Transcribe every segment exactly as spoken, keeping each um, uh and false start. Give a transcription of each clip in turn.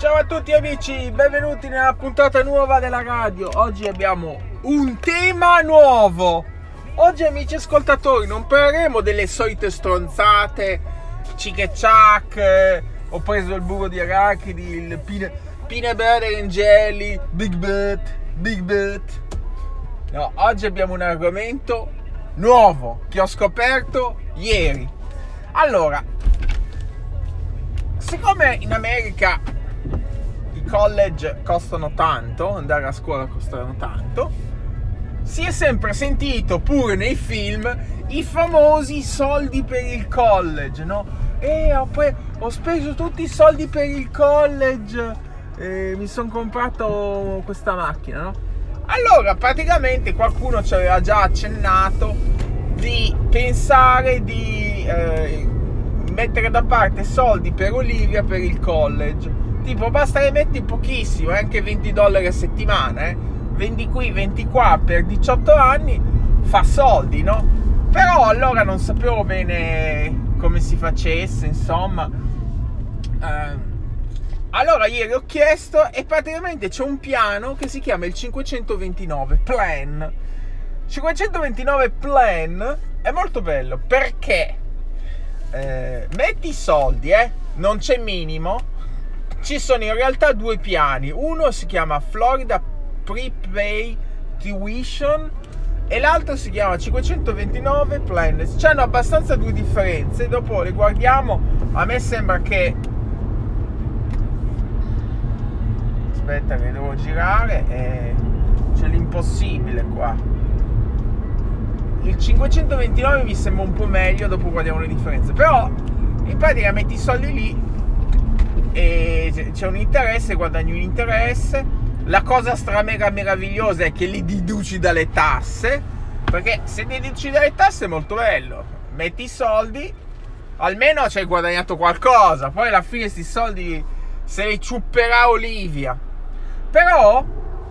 Ciao a tutti amici, benvenuti nella puntata nuova della radio. Oggi abbiamo un tema nuovo. Oggi amici ascoltatori non parleremo delle solite stronzate, cic e ciac, eh, ho preso il burro di arachidi, il peanut, peanut butter and jelly, big butt, big butt. No, oggi abbiamo un argomento nuovo che ho scoperto ieri. Allora, siccome in America i college costano tanto, andare a scuola costano tanto, si è sempre sentito pure nei film i famosi soldi per il college, no? E ho, pre- ho speso tutti i soldi per il college e mi sono comprato questa macchina, no? Allora praticamente qualcuno ci aveva già accennato di pensare di eh, mettere da parte soldi per Olivia per il college. Tipo basta che metti pochissimo, anche venti dollari a settimana, eh? vendi qui, vendi qua per diciotto anni, fa soldi, no? Però allora non sapevo bene come si facesse, insomma. Eh, allora ieri ho chiesto e praticamente c'è un piano che si chiama il cinquecentoventinove Plan. cinquecentoventinove Plan è molto bello perché eh, metti i soldi, eh? non c'è minimo. Ci sono in realtà due piani, uno si chiama Florida Prepay Tuition e l'altro si chiama cinquecentoventinove Plan. C'hanno abbastanza due differenze, dopo le guardiamo. A me sembra che aspetta che devo girare e c'è l'impossibile qua. Il cinquecentoventinove mi sembra un po' meglio, dopo guardiamo le differenze, però in pratica metti i soldi lì e c'è un interesse, guadagni un interesse. La cosa stra mega meravigliosa è che li deduci dalle tasse, perché se deduci dalle tasse è molto bello, metti i soldi, almeno ci hai guadagnato qualcosa, poi alla fine sti soldi se li ciupperà Olivia. Però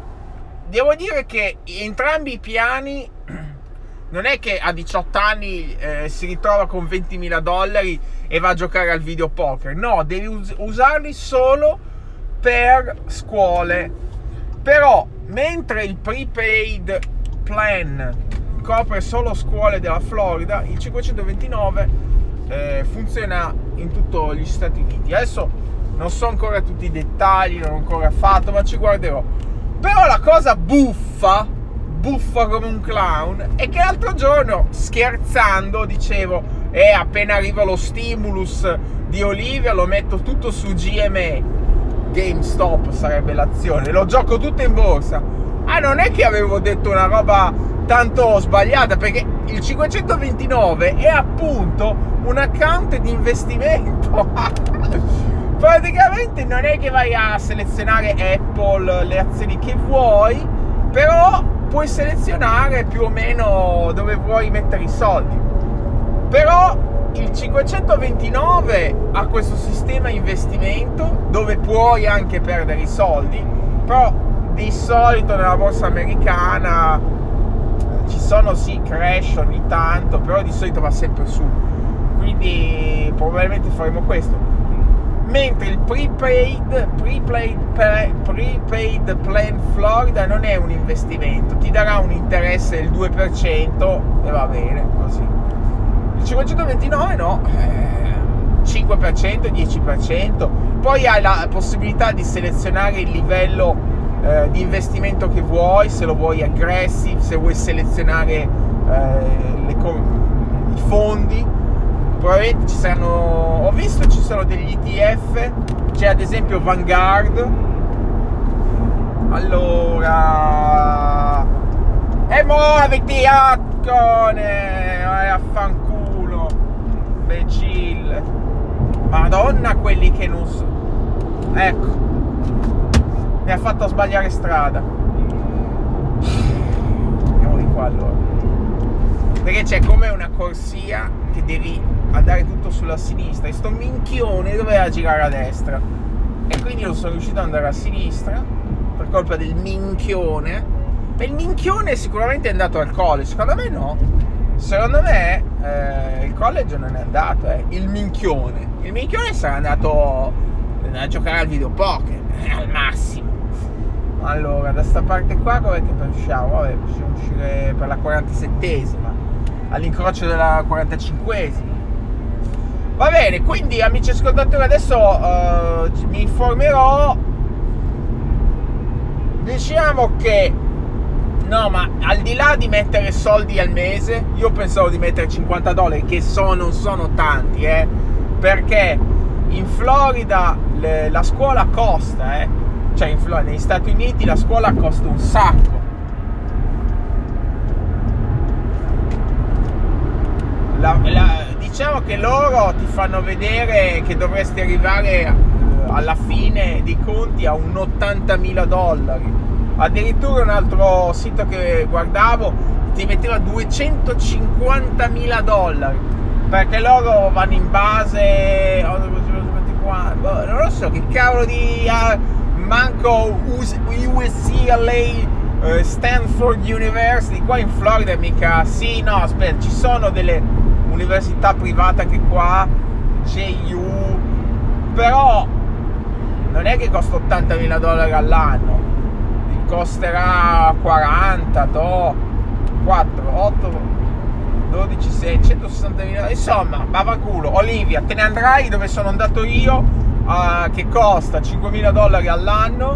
devo dire che entrambi i piani non è che a diciotto anni eh, si ritrova con ventimila dollari e va a giocare al videopoker. No, devi us- usarli solo per scuole. Però, mentre il prepaid plan copre solo scuole della Florida, il cinquecentoventinove eh, funziona in tutti gli Stati Uniti. Adesso non so ancora tutti i dettagli, non ho ancora fatto, ma ci guarderò. Però la cosa buffa, buffa come un clown, è che l'altro giorno, scherzando, dicevo e eh, appena arriva lo stimulus di Olivia lo metto tutto su G M E, GameStop sarebbe l'azione, lo gioco tutto in borsa. Ah, non è che avevo detto una roba tanto sbagliata, perché il cinquecentoventinove è appunto un account di investimento. Praticamente non è che vai a selezionare Apple, le azioni che vuoi, però puoi selezionare più o meno dove vuoi mettere i soldi. Però il cinquecentoventinove ha questo sistema investimento dove puoi anche perdere i soldi, però di solito nella borsa americana ci sono sì crash ogni tanto, però di solito va sempre su, quindi probabilmente faremo questo. Mentre il prepaid, prepaid, prepaid Plan Florida non è un investimento, ti darà un interesse del due per cento e va bene così. Il cinquecentoventinove no, eh, cinque per cento, dieci per cento, poi hai la possibilità di selezionare il livello eh, di investimento che vuoi, se lo vuoi aggressive, se vuoi selezionare eh, le, i fondi. Probabilmente ci saranno, ho visto ci sono degli E T F, c'è ad esempio Vanguard. Allora e muoviti Accone, vai a fanculo imbecille, madonna quelli che non so, ecco mi ha fatto sbagliare strada. Andiamo di qua allora, perché c'è come una corsia che devi andare tutto sulla sinistra e sto minchione doveva girare a destra e quindi non sono riuscito ad andare a sinistra per colpa del minchione. E il minchione sicuramente è andato al college, secondo me no, secondo me eh, il college non è andato, eh. il minchione il minchione sarà andato a giocare al videopoker, al massimo. Allora, da sta parte qua com'è che usciamo? Vabbè, possiamo uscire per la quarantasettesima, all'incrocio della quarantacinquesima. Va bene, quindi amici ascoltatori, adesso uh, mi informerò. Diciamo che no, ma al di là di mettere soldi al mese, io pensavo di mettere cinquanta dollari, che sono, non sono tanti, eh, perché in Florida le, la scuola costa, eh, cioè in Florida, negli Stati Uniti la scuola costa un sacco. La, la, diciamo che loro ti fanno vedere che dovresti arrivare alla fine dei conti a un ottantamila dollari. Addirittura un altro sito che guardavo ti metteva duecentocinquantamila dollari, perché loro vanno in base, non lo so che cavolo di uh, manco U S C L A, uh, Stanford University, qua in Florida mica, sì no aspetta, ci sono delle università private anche qua, J U, però non è che costa ottantamila dollari all'anno, costerà quaranta, do, quattro, otto, dodici, sei, centosessantamila, insomma, vaffanculo. Olivia, te ne andrai dove sono andato io, uh, che costa cinquemila dollari all'anno,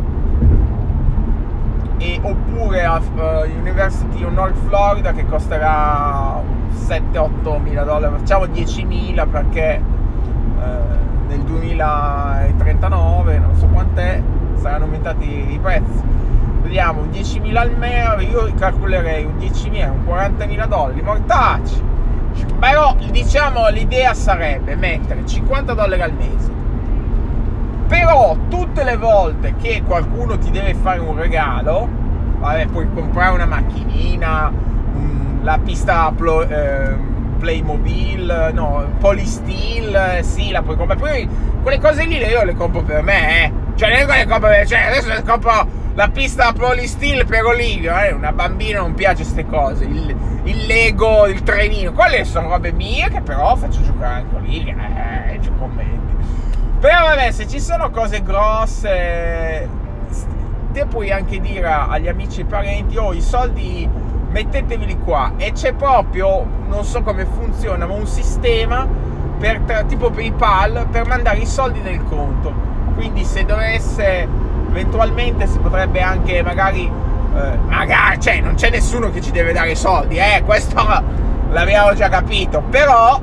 e oppure a uh, University of North Florida che costerà sette otto mila dollari, facciamo diecimila perché uh, nel duemilatrentanove, non so quant'è, saranno aumentati i prezzi. Vediamo, un diecimila al mese, io calcolerei un diecimila, un quarantamila dollari, mortacci. Però, diciamo, l'idea sarebbe mettere cinquanta dollari al mese. Però, tutte le volte che qualcuno ti deve fare un regalo, vabbè, puoi comprare una macchinina, um, la pista plo, eh, Playmobil, no, Polysteel, sì, la puoi comprare. Poi, quelle cose lì io le compro per me, eh. Cioè, non è che le compro per, cioè, adesso le compro la pista Polysteel per Olivia, eh? Una bambina non piace queste cose, il, il Lego, il trenino, quelle sono robe mie che però faccio giocare anche Olivia, eh, ci commenti. Però vabbè, se ci sono cose grosse, te puoi anche dire agli amici e parenti, oh, i soldi metteteveli qua, e c'è proprio, non so come funziona, ma un sistema per, tipo PayPal, per mandare i soldi nel conto. Quindi se dovesse, eventualmente si potrebbe anche magari, eh, magari, cioè non c'è nessuno che ci deve dare i soldi, eh, questo l'abbiamo già capito, però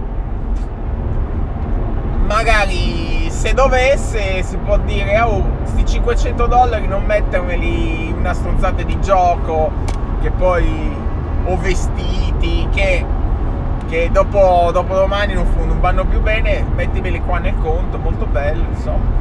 magari se dovesse si può dire, oh, sti cinquecento dollari non mettermeli in una stronzata di gioco, che poi, o vestiti, che, che dopo, dopo domani non, non vanno più bene, mettimeli qua nel conto, molto bello, insomma.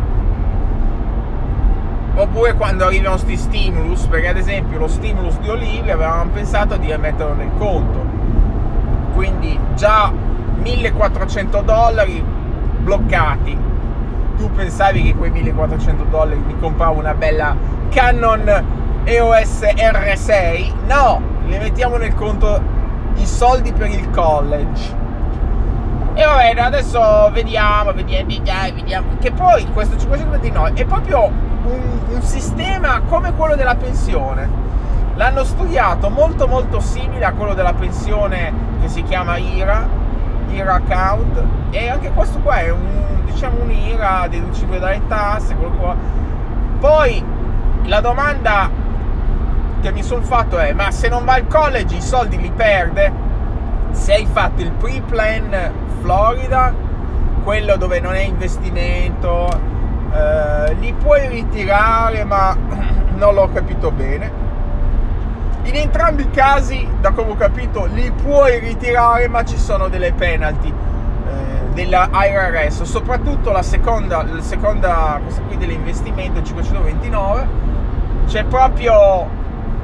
Oppure quando arrivano sti stimulus, perché ad esempio lo stimulus di Olivia avevamo pensato di metterlo nel conto, quindi già millequattrocento dollari bloccati. Tu pensavi che quei millequattrocento dollari mi compravo una bella Canon E O S R sei? No, li mettiamo nel conto, i soldi per il college. E va bene, adesso vediamo, vediamo, vediamo, che poi questo cinquecentoventinove è proprio un, un sistema come quello della pensione. L'hanno studiato molto molto simile a quello della pensione che si chiama I R A, I R A account, e anche questo qua è un, diciamo, un I R A deducibile dalle tasse, quello qua. Poi la domanda che mi sono fatto è: ma se non va al college i soldi li perde? Se hai fatto il pre-plan Florida, quello dove non è investimento, eh, li puoi ritirare, ma non l'ho capito bene. In entrambi i casi, da come ho capito, li puoi ritirare, ma ci sono delle penalty eh, della I R S, soprattutto la seconda, la seconda, questa qui dell'investimento, il cinquecentoventinove, c'è proprio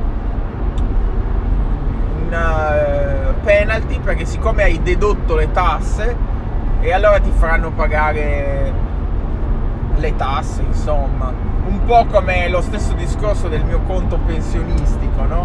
una penalty, perché siccome hai dedotto le tasse, e allora ti faranno pagare le tasse, insomma, un po' come lo stesso discorso del mio conto pensionistico, no?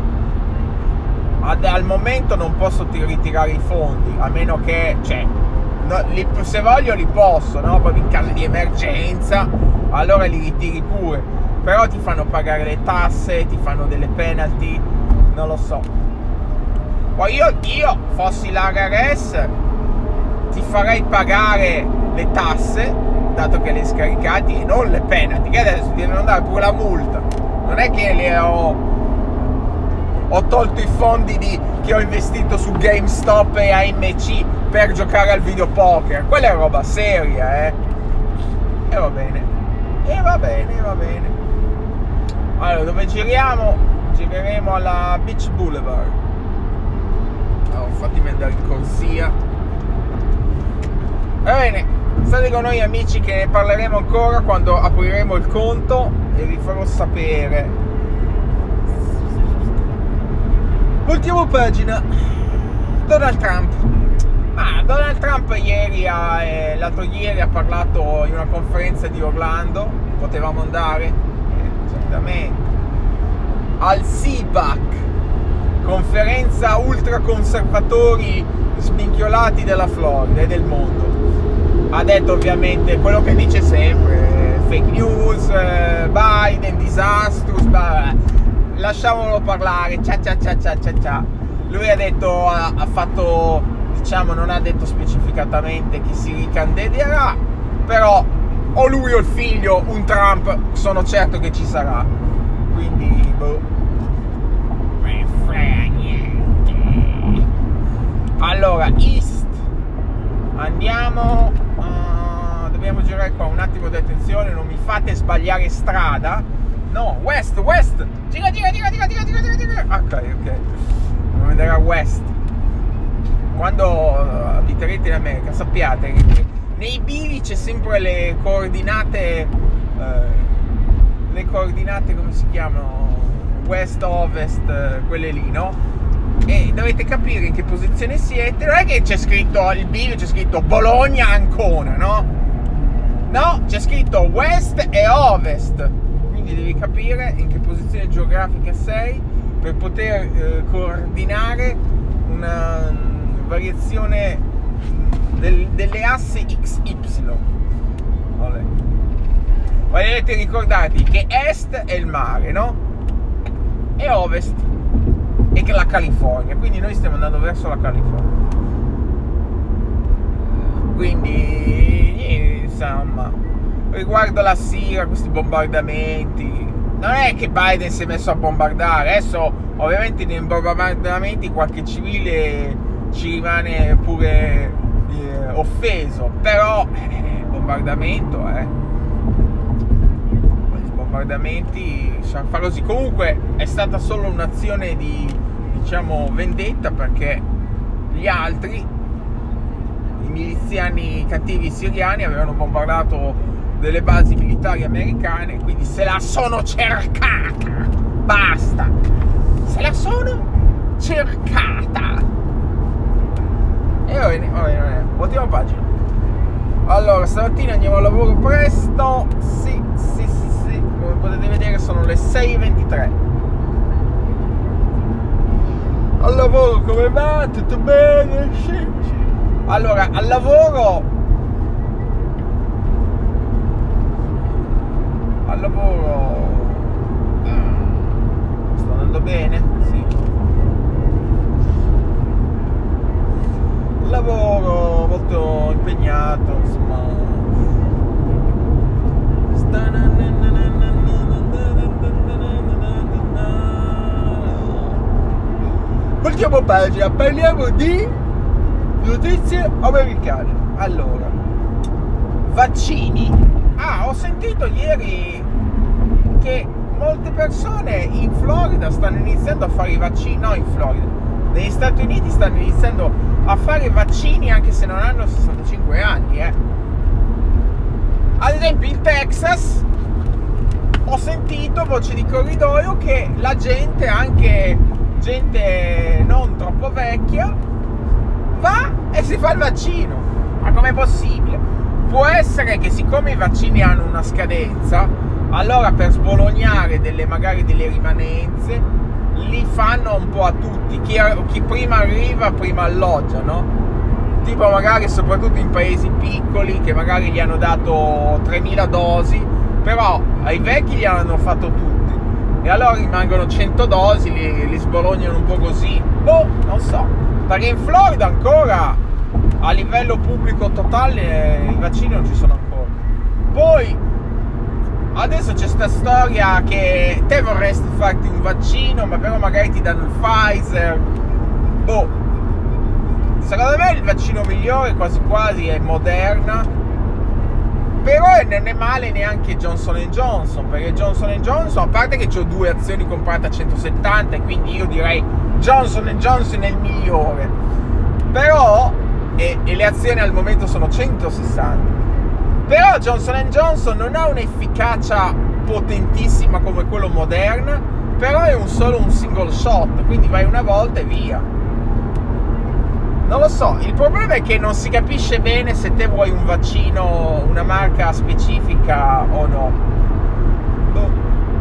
Ad, al momento non posso ritirare i fondi, a meno che, cioè, no, li, se voglio li posso, no? Proprio in caso di emergenza allora li ritiri pure, però ti fanno pagare le tasse, ti fanno delle penalty, non lo so. Poi io, io fossi l'A R R S, ti farei pagare le tasse, dato che le hai scaricati, e non le penalty, che adesso ti devono dare pure la multa. Non è che le ho ho tolto i fondi di, che ho investito su GameStop e A M C per giocare al videopoker, quella è roba seria, eh. E va bene, e va bene, va bene. Allora, dove giriamo? Gireremo alla Beach Boulevard. Allora, fatti vedere in corsia. Va bene, state con noi amici, che ne parleremo ancora quando apriremo il conto e vi farò sapere. Ultima pagina, Donald Trump. Ah, Donald Trump ieri, ha, eh, l'altro ieri ha parlato in una conferenza di Orlando, potevamo andare? Eh, certamente. Al C I B A C, conferenza ultraconservatori sminchiolati della Florida e del mondo. Ha detto ovviamente quello che dice sempre, eh, fake news, eh, Biden, disastrous, blah, blah. Lasciamolo parlare, cia cia cia cia cia cia. Lui ha detto, ha, ha fatto, diciamo, non ha detto specificatamente chi si ricandiderà, però o lui o il figlio, un Trump, sono certo che ci sarà. Quindi, boh, me frega niente. Allora, East, andiamo, uh, dobbiamo girare qua, un attimo di attenzione, non mi fate sbagliare strada. No, West, West, gira, gira, gira, gira, gira, gira, gira. Ok, ok, dobbiamo andare a West. Quando abiterete in America, sappiate che nei bivi c'è sempre le coordinate, eh, le coordinate, come si chiamano? West, Ovest, eh, quelle lì, no? E dovete capire in che posizione siete. Non è che c'è scritto, il bivio c'è scritto Bologna, Ancona, no? No, c'è scritto West e Ovest. Devi capire in che posizione geografica sei per poter eh, coordinare una variazione del, delle asse X Y. Vabbè. Volete ricordarti che est è il mare, no? E ovest è che la California, quindi noi stiamo andando verso la California. Quindi insomma, riguardo la Siria, questi bombardamenti, non è che Biden si è messo a bombardare. Adesso ovviamente nei bombardamenti qualche civile ci rimane pure eh, offeso, però eh, bombardamento eh questi bombardamenti fa così. Comunque è stata solo un'azione di, diciamo, vendetta, perché gli altri, i miliziani cattivi siriani, avevano bombardato delle basi militari americane, quindi se la sono cercata, basta, se la sono cercata. E va bene, va bene, va bene. Ultima pagina. Allora, stamattina andiamo al lavoro presto, sì, sì, sì, sì, come potete vedere sono le sei e ventitré. Al lavoro come va? Tutto bene? Sì, sì. Allora, al lavoro al lavoro uh, sto andando bene, sì. Lavoro molto impegnato, insomma. Ultima pagina, parliamo di notizie americane. Allora, vaccini. Ah, ho sentito ieri che molte persone in Florida stanno iniziando a fare i vaccini, no in Florida, negli Stati Uniti stanno iniziando a fare i vaccini anche se non hanno sessantacinque anni, eh. Ad esempio in Texas ho sentito voce di corridoio che la gente, anche gente non troppo vecchia, va e si fa il vaccino. Ma com'è possibile? Può essere che siccome i vaccini hanno una scadenza, allora per sbolognare delle, magari delle rimanenze, li fanno un po' a tutti. Chi, chi prima arriva, prima alloggia, no? Tipo magari soprattutto in paesi piccoli che magari gli hanno dato tremila dosi, però ai vecchi gli hanno fatto tutti, e allora rimangono cento dosi, li, li sbolognano un po' così. Boh, non so, perché in Florida ancora a livello pubblico totale i vaccini non ci sono ancora. Poi adesso c'è sta storia che te vorresti farti un vaccino, ma però magari ti danno il Pfizer. Boh, secondo me il vaccino migliore quasi quasi è Moderna, però non è male neanche Johnson and Johnson, perché Johnson and Johnson, a parte che ho due azioni comprate a centosettanta, e quindi io direi Johnson and Johnson è il migliore, però e, e le azioni al momento sono centosessanta. Però Johnson and Johnson non ha un'efficacia potentissima come quello Moderna, però è un solo un single shot, quindi vai una volta e via. Non lo so, il problema è che non si capisce bene se te vuoi un vaccino, una marca specifica o no. Boh.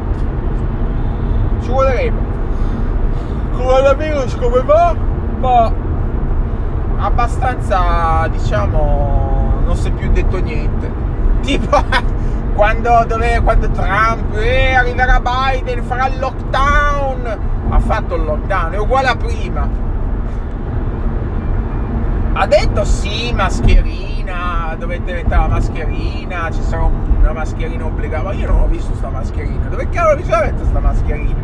Ci vorrebbe. Coronavirus come va? Ma abbastanza, diciamo, non si è più detto niente. Tipo quando, dove, quando Trump eh, arriverà Biden, farà il lockdown, ha fatto il lockdown, è uguale a prima. Ha detto sì, mascherina, dovete mettere la mascherina, ci sarà una mascherina obbligatoria. Io non ho visto sta mascherina, dove cavolo bisogna mettere sta mascherina?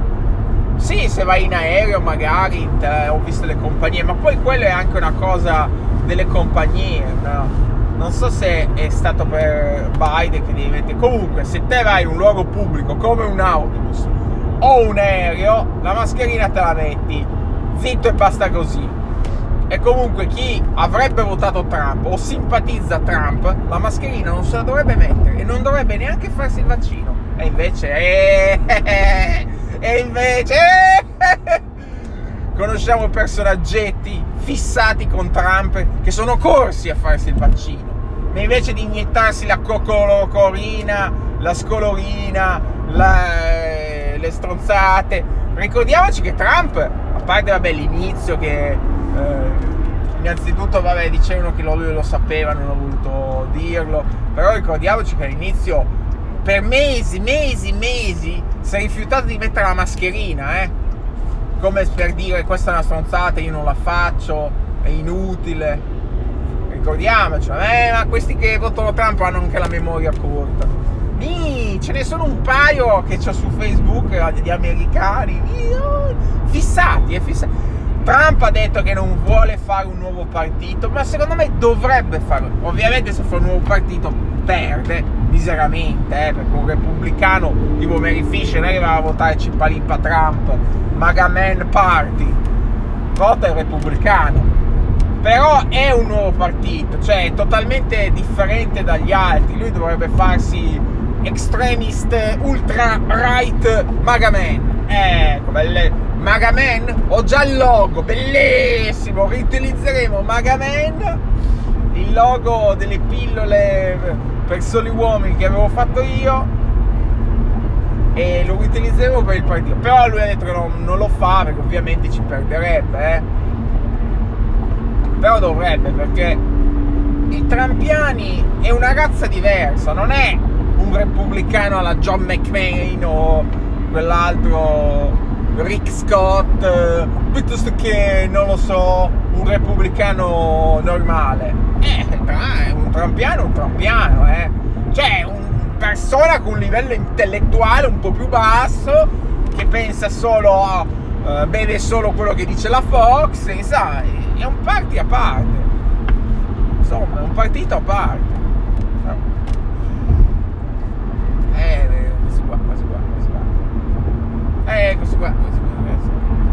Sì, se vai in aereo magari te, ho visto le compagnie, ma poi quello è anche una cosa delle compagnie, no? Non so se è stato per Biden che devi mettere. Comunque, se te vai in un luogo pubblico come un autobus o un aereo, la mascherina te la metti, zitto e basta così. E comunque chi avrebbe votato Trump o simpatizza Trump, la mascherina non se la dovrebbe mettere e non dovrebbe neanche farsi il vaccino. E invece eh, e invece eh, conosciamo personaggetti fissati con Trump che sono corsi a farsi il vaccino, ma invece di iniettarsi la cocolocorina, la scolorina, la, le stronzate. Ricordiamoci che Trump, a parte vabbè l'inizio che eh, innanzitutto vabbè dicevano che lui lo sapeva, non ho voluto dirlo, però ricordiamoci che all'inizio per mesi, mesi, mesi si è rifiutato di mettere la mascherina, eh? Come per dire questa è una stronzata, io non la faccio, è inutile. Ricordiamoci, eh, ma questi che votano Trump hanno anche la memoria corta. Mì, ce ne sono un paio che c'ho su Facebook di americani fissati, è fissato. Trump ha detto che non vuole fare un nuovo partito, ma secondo me dovrebbe farlo. Ovviamente se fa un nuovo partito perde miseramente, eh, perché un repubblicano tipo Mary Fisher non è che va a votare Cipalippa Trump, Maga Man Party, vota il repubblicano. Però è un nuovo partito, cioè è totalmente differente dagli altri. Lui dovrebbe farsi extremist ultra right Maga Man. Ecco, belle Maga Man, ho già il logo, bellissimo, riutilizzeremo Maga Man, il logo delle pillole per soli uomini che avevo fatto io, e lo riutilizzeremo per il partito. Però lui ha detto che non, non lo fa perché ovviamente ci perderebbe, eh. Però dovrebbe, perché i trumpiani è una razza diversa, non è un repubblicano alla John McCain o quell'altro Rick Scott, eh, piuttosto che, non lo so, un repubblicano normale. Eh, è un trumpiano, un trumpiano, eh. Cioè, una persona con un livello intellettuale un po' più basso, che pensa solo a, uh, beve solo quello che dice la Fox, e, sai, è un party a parte. Insomma, è un partito a parte. Eh, questi qua, questi qua, questi qua. Eh, questi qua, questi qua, questi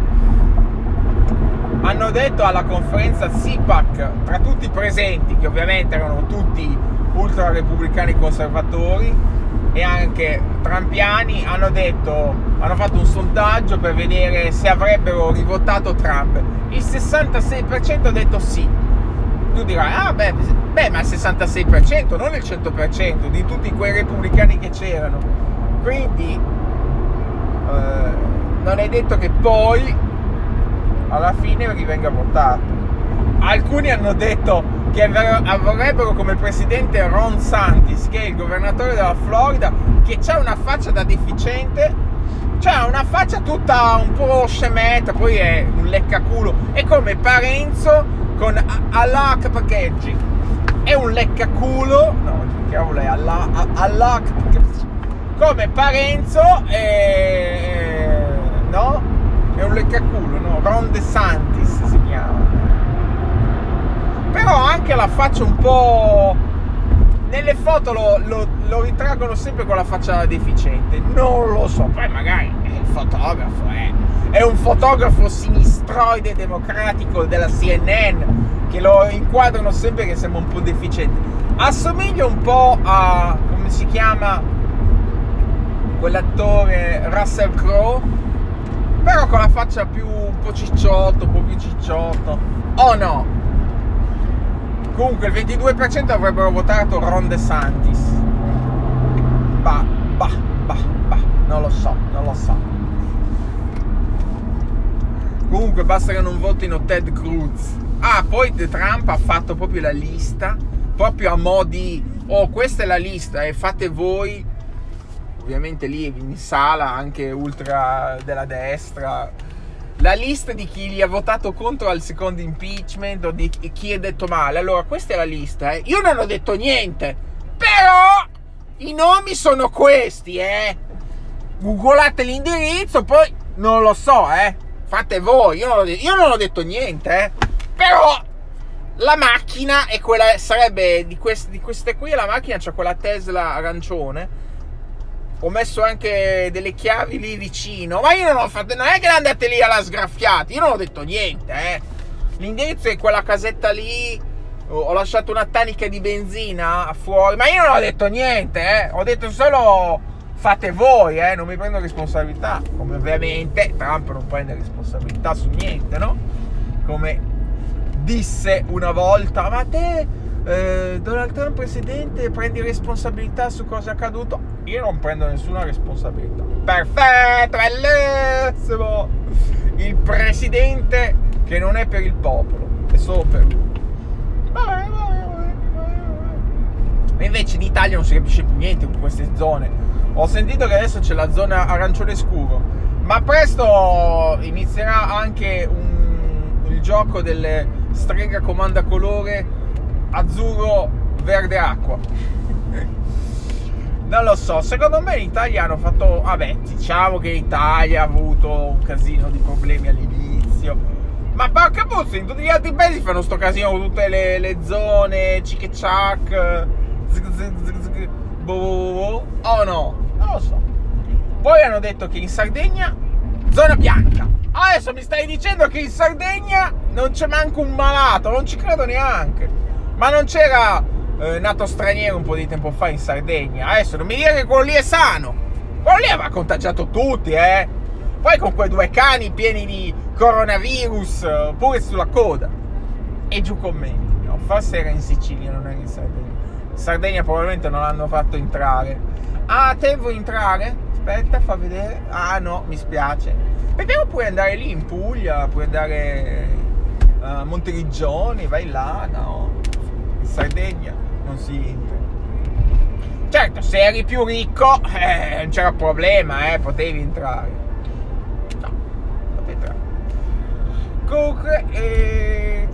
qua. Hanno detto alla conferenza C I P A C, tra tutti i presenti, che ovviamente erano tutti ultra repubblicani conservatori e anche trumpiani, hanno detto, hanno fatto un sondaggio per vedere se avrebbero rivotato Trump. Il sessantasei per cento ha detto sì. Tu dirai, ah beh, beh, ma il sessantasei per cento, non il cento per cento di tutti quei repubblicani che c'erano. Quindi eh, non è detto che poi alla fine rivenga votato. Alcuni hanno detto che vorrebbero come presidente Ron DeSantis, che è il governatore della Florida, che c'ha una faccia da deficiente, c'ha una faccia tutta un po' scemetta, poi è un leccaculo, è come Parenzo con Allah Capaghetti, è un leccaculo, no, che cavolo è Allah, Allah come Parenzo, è, no? È un leccaculo, no? Ron DeSantis si chiama. Però anche la faccia un po'... Nelle foto lo, lo, lo ritraggono sempre con la faccia deficiente. Non lo so, poi magari è il fotografo, eh. È un fotografo sinistroide democratico della C N N che lo inquadrano sempre che sembra un po' deficiente. Assomiglia un po' a... come si chiama? Quell'attore Russell Crowe, però con la faccia più un po' cicciotto, un po' più cicciotto. Oh no! Comunque il ventidue per cento avrebbero votato Ron DeSantis. Bah, bah, bah, bah, non lo so, non lo so. Comunque basta che non votino Ted Cruz. Ah, poi Trump ha fatto proprio la lista, proprio a mo' di, oh, questa è la lista e fate voi. Ovviamente lì in sala anche ultra della destra, la lista di chi gli ha votato contro al secondo impeachment o di chi ha detto male. Allora questa è la lista, eh. Io non ho detto niente, però i nomi sono questi, eh. Googolate l'indirizzo, poi non lo so, eh. Fate voi, io non ho detto, io non ho detto niente, eh. Però la macchina è quella, sarebbe di queste, di queste qui, la macchina c'ha quella Tesla arancione. Ho messo anche delle chiavi lì vicino, ma io non ho fatto, non è che andate lì alla sgraffiata, io non ho detto niente, eh. L'indirizzo è quella casetta lì, ho lasciato una tanica di benzina fuori, ma io non ho detto niente, eh. Ho detto solo fate voi, eh, non mi prendo responsabilità, come ovviamente Trump non prende responsabilità su niente, no? Come disse una volta, ma te... Eh, Donald Trump presidente, prendi responsabilità su cosa è accaduto? Io non prendo nessuna responsabilità. Perfetto, bellissimo. Il presidente che non è per il popolo, è solo per lui. Vabbè, vabbè, vabbè, vabbè. E invece in Italia non si capisce più niente con queste zone. Ho sentito che adesso c'è la zona arancione scuro, ma presto inizierà anche un, il gioco delle strega comanda colore azzurro verde acqua. Non lo so, secondo me in Italia hanno fatto, vabbè, diciamo che l'Italia ha avuto un casino di problemi all'inizio, ma porca puzza, in tutti gli altri paesi fanno sto casino con tutte le, le zone cic ciac, boh, oh no, non lo so. Poi hanno detto che in Sardegna zona bianca. Adesso mi stai dicendo che in Sardegna non c'è manco un malato, non ci credo neanche. Ma non c'era eh, nato straniero un po' di tempo fa in Sardegna? Adesso non mi dire che quello lì è sano. Quello lì aveva contagiato tutti, eh. Poi con quei due cani pieni di coronavirus pure sulla coda. E giù commenti. No, forse era in Sicilia, non era in Sardegna. In Sardegna probabilmente non l'hanno fatto entrare. Ah, te vuoi entrare? Aspetta, fa vedere. Ah no, mi spiace. Però puoi andare lì in Puglia, puoi andare a Monteriggioni, vai là, no? In Sardegna non si entra. Certo, se eri più ricco eh, non c'era problema, eh, potevi entrare. No, potevi entrare. Comunque eh...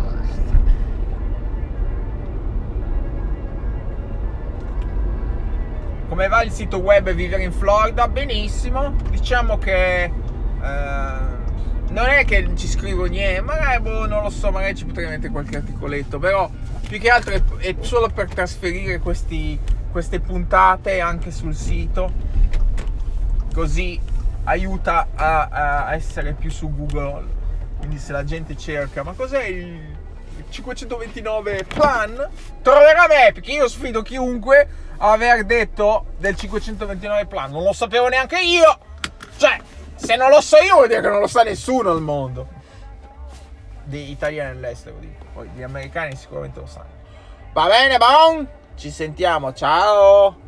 come va il sito web Vivere in Florida? Benissimo. Diciamo che eh, non è che ci scrivo niente, magari boh, non lo so, magari ci potrei mettere qualche articoletto, però più che altro è, è solo per trasferire questi, queste puntate anche sul sito, così aiuta a, a essere più su Google. Quindi se la gente cerca ma cos'è il cinquecentoventinove plan, troverà me, perché io sfido chiunque a aver detto del cinquecentoventinove plan, non lo sapevo neanche io, cioè se non lo so io vuol dire che non lo sa nessuno al mondo, di italiani all'estero dico. Poi gli americani sicuramente lo sanno. Va bene, bon? Ci sentiamo, ciao!